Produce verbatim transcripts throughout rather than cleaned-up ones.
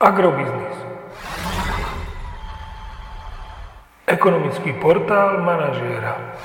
Agrobiznis. Ekonomický portál manažéra.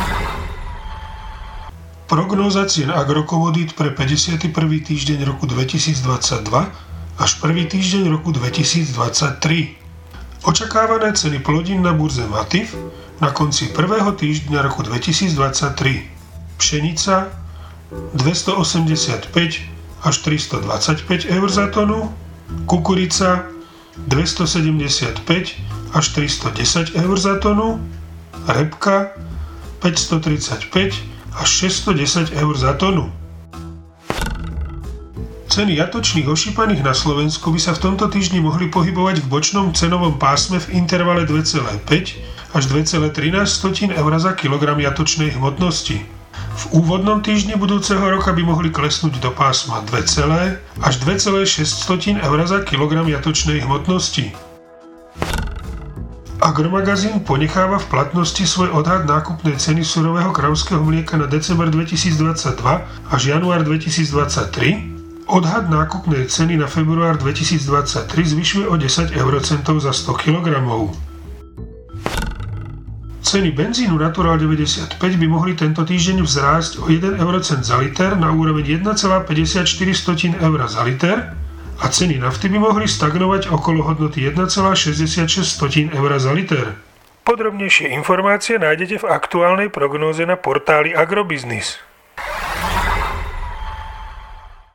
Prognóza cien agrokomodít pre päťdesiaty prvý týždeň roku dvetisícdvadsaťdva až prvý týždeň roku dvetisícdvadsaťtri. Očakávané ceny plodín na burze Matif na konci prvého týždňa roku dvetisícdvadsaťtri. Pšenica dvestoosemdesiatpäť až tristodvadsaťpäť eur za tonu, kukurica dvestosedemdesiatpäť až tristodesať eur za tonu, repka päťstotridsaťpäť až šesťstodesať eur za tonu. Ceny jatočných ošípaných na Slovensku by sa v tomto týždni mohli pohybovať v bočnom cenovom pásme v intervale dva celé päť až dva celé trinásť eur za kilogram jatočnej hmotnosti. V úvodnom týždni budúceho roka by mohli klesnúť do pásma dva až dva celé šesť eur za kilogram jatočnej hmotnosti. Agromagazín ponecháva v platnosti svoj odhad nákupnej ceny surového kravského mlieka na december dvetisícdvadsaťdva až január dvetisícdvadsaťtri. Odhad nákupnej ceny na február dvetisícdvadsaťtri zvyšuje o desať eurocentov za sto kilogramov. Ceny benzínu Natural deväťdesiatpäť by mohli tento týždeň vzrásť o jeden eurocent za liter na úroveň jeden celá päťdesiatštyri eur za liter a ceny nafty by mohli stagnovať okolo hodnoty jeden celá šesťdesiatšesť eur za liter. Podrobnejšie informácie nájdete v aktuálnej prognóze na portáli Agrobiznis.